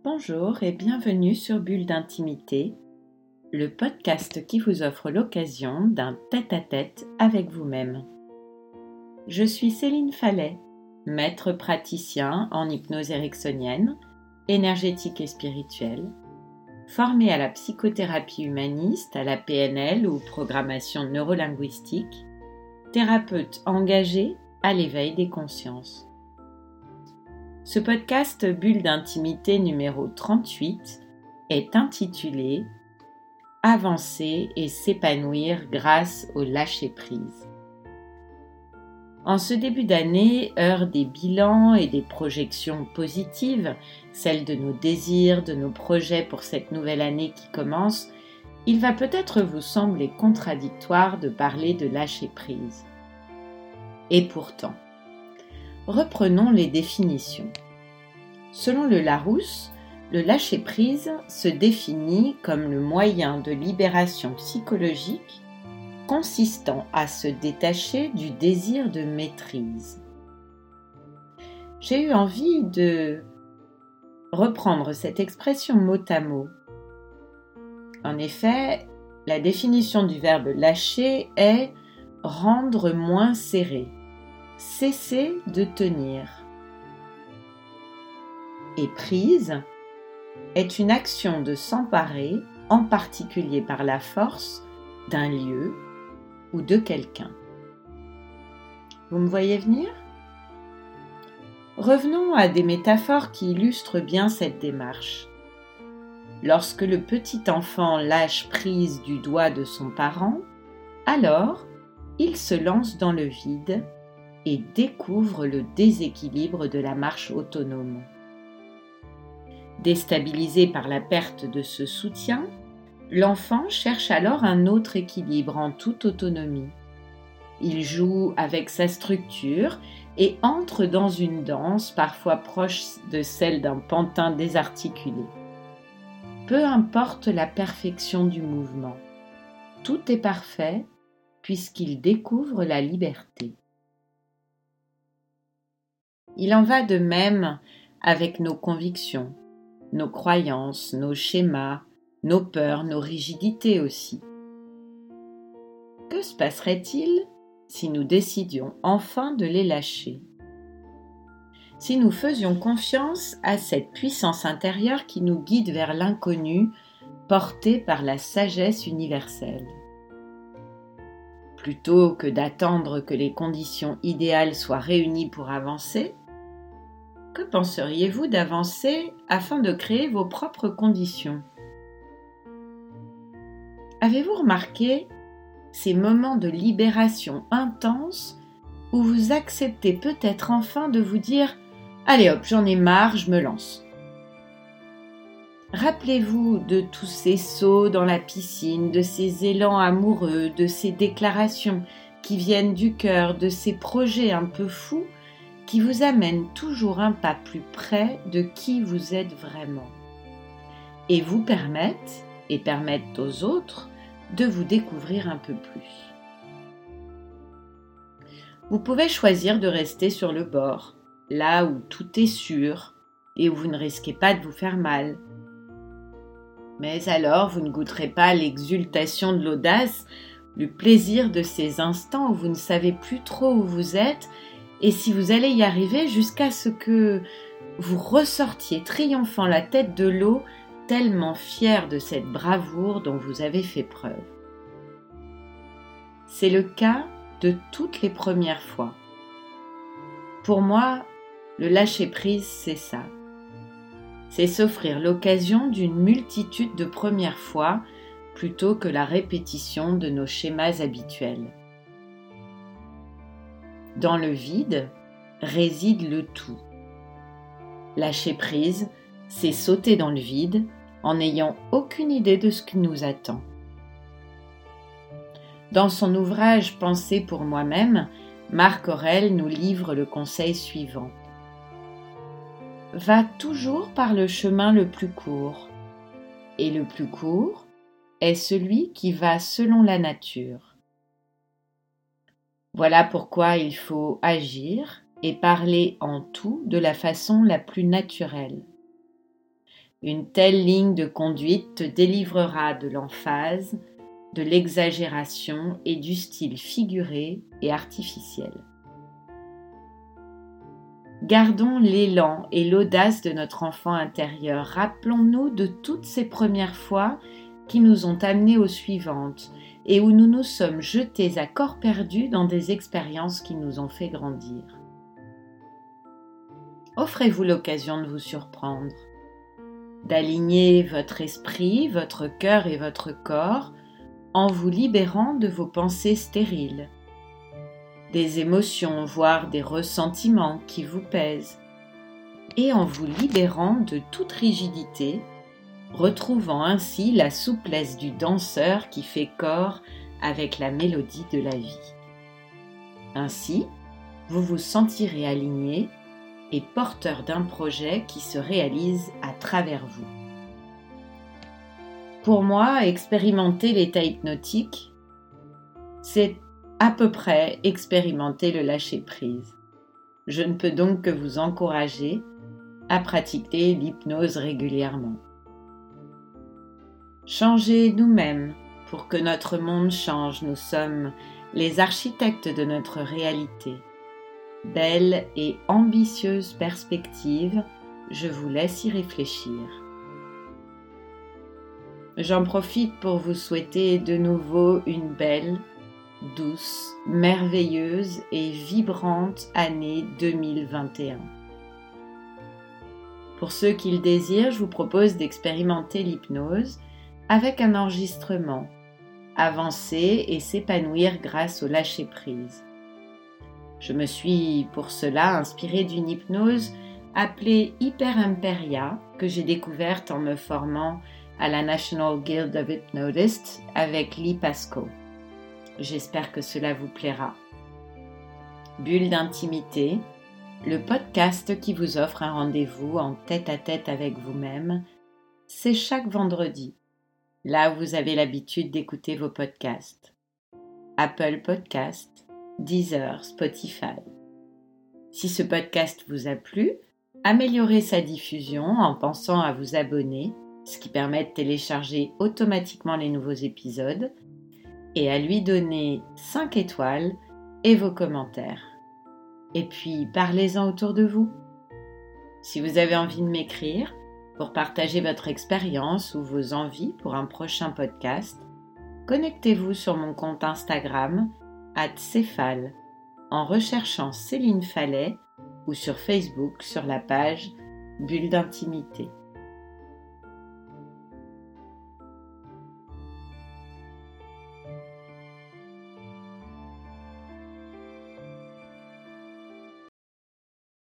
Bonjour et bienvenue sur Bulle d'intimité, le podcast qui vous offre l'occasion d'un tête-à-tête avec vous-même. Je suis Céline Fallet, maître praticien en hypnose ericksonienne, énergétique et spirituelle, formée à la psychothérapie humaniste, à la PNL ou programmation neurolinguistique, thérapeute engagée à l'éveil des consciences. Ce podcast Bulle d'intimité numéro 38 est intitulé « Avancer et s'épanouir grâce au lâcher-prise ». En ce début d'année, heure des bilans et des projections positives, celles de nos désirs, de nos projets pour cette nouvelle année qui commence, il va peut-être vous sembler contradictoire de parler de lâcher-prise. Et pourtant, reprenons les définitions. Selon le Larousse, le lâcher-prise se définit comme le moyen de libération psychologique consistant à se détacher du désir de maîtrise. J'ai eu envie de reprendre cette expression mot à mot. En effet, la définition du verbe lâcher est rendre moins serré. Cesser de tenir. Et prise est une action de s'emparer, en particulier par la force, d'un lieu ou de quelqu'un. Vous me voyez venir ? Revenons à des métaphores qui illustrent bien cette démarche. Lorsque le petit enfant lâche prise du doigt de son parent, alors il se lance dans le vide et découvre le déséquilibre de la marche autonome. Déstabilisé par la perte de ce soutien, l'enfant cherche alors un autre équilibre en toute autonomie. Il joue avec sa structure et entre dans une danse parfois proche de celle d'un pantin désarticulé. Peu importe la perfection du mouvement, tout est parfait puisqu'il découvre la liberté. Il en va de même avec nos convictions, nos croyances, nos schémas, nos peurs, nos rigidités aussi. Que se passerait-il si nous décidions enfin de les lâcher ? Si nous faisions confiance à cette puissance intérieure qui nous guide vers l'inconnu, portée par la sagesse universelle. Plutôt que d'attendre que les conditions idéales soient réunies pour avancer, que penseriez-vous d'avancer afin de créer vos propres conditions ? Avez-vous remarqué ces moments de libération intense où vous acceptez peut-être enfin de vous dire « Allez hop, j'en ai marre, je me lance ». Rappelez-vous de tous ces sauts dans la piscine, de ces élans amoureux, de ces déclarations qui viennent du cœur, de ces projets un peu fous qui vous amènent toujours un pas plus près de qui vous êtes vraiment et vous permettent aux autres de vous découvrir un peu plus. Vous pouvez choisir de rester sur le bord, là où tout est sûr et où vous ne risquez pas de vous faire mal. Mais alors, vous ne goûterez pas l'exultation de l'audace, le plaisir de ces instants où vous ne savez plus trop où vous êtes et si vous allez y arriver jusqu'à ce que vous ressortiez triomphant la tête de l'eau, tellement fier de cette bravoure dont vous avez fait preuve. C'est le cas de toutes les premières fois. Pour moi, le lâcher-prise, c'est ça. C'est s'offrir l'occasion d'une multitude de premières fois plutôt que la répétition de nos schémas habituels. Dans le vide réside le tout. Lâcher prise, c'est sauter dans le vide en n'ayant aucune idée de ce qui nous attend. Dans son ouvrage « Penser pour moi-même », Marc Aurèle nous livre le conseil suivant. Va toujours par le chemin le plus court, et le plus court est celui qui va selon la nature. Voilà pourquoi il faut agir et parler en tout de la façon la plus naturelle. Une telle ligne de conduite te délivrera de l'emphase, de l'exagération et du style figuré et artificiel. Gardons l'élan et l'audace de notre enfant intérieur. Rappelons-nous de toutes ces premières fois qui nous ont amenés aux suivantes et où nous nous sommes jetés à corps perdu dans des expériences qui nous ont fait grandir. Offrez-vous l'occasion de vous surprendre, d'aligner votre esprit, votre cœur et votre corps en vous libérant de vos pensées stériles, des émotions, voire des ressentiments qui vous pèsent, et en vous libérant de toute rigidité, retrouvant ainsi la souplesse du danseur qui fait corps avec la mélodie de la vie. Ainsi, vous vous sentirez aligné et porteur d'un projet qui se réalise à travers vous. Pour moi, expérimenter l'état hypnotique, c'est à peu près expérimenter le lâcher-prise. Je ne peux donc que vous encourager à pratiquer l'hypnose régulièrement. Changez nous-mêmes pour que notre monde change. Nous sommes les architectes de notre réalité. Belle et ambitieuse perspective, je vous laisse y réfléchir. J'en profite pour vous souhaiter de nouveau une belle, douce, merveilleuse et vibrante année 2021. Pour ceux qui le désirent, je vous propose d'expérimenter l'hypnose avec un enregistrement, avancer et s'épanouir grâce au lâcher-prise. Je me suis pour cela inspirée d'une hypnose appelée Hyper Imperia que j'ai découverte en me formant à la National Guild of Hypnotists avec Lee Pascoe. J'espère que cela vous plaira. Bulle d'intimité, le podcast qui vous offre un rendez-vous en tête-à-tête avec vous-même, c'est chaque vendredi, là où vous avez l'habitude d'écouter vos podcasts. Apple Podcasts, Deezer, Spotify. Si ce podcast vous a plu, améliorez sa diffusion en pensant à vous abonner, ce qui permet de télécharger automatiquement les nouveaux épisodes, et à lui donner 5 étoiles et vos commentaires. Et puis, parlez-en autour de vous. Si vous avez envie de m'écrire pour partager votre expérience ou vos envies pour un prochain podcast, connectez-vous sur mon compte Instagram @céphale en recherchant Céline Fallet ou sur Facebook sur la page Bulle d'intimité.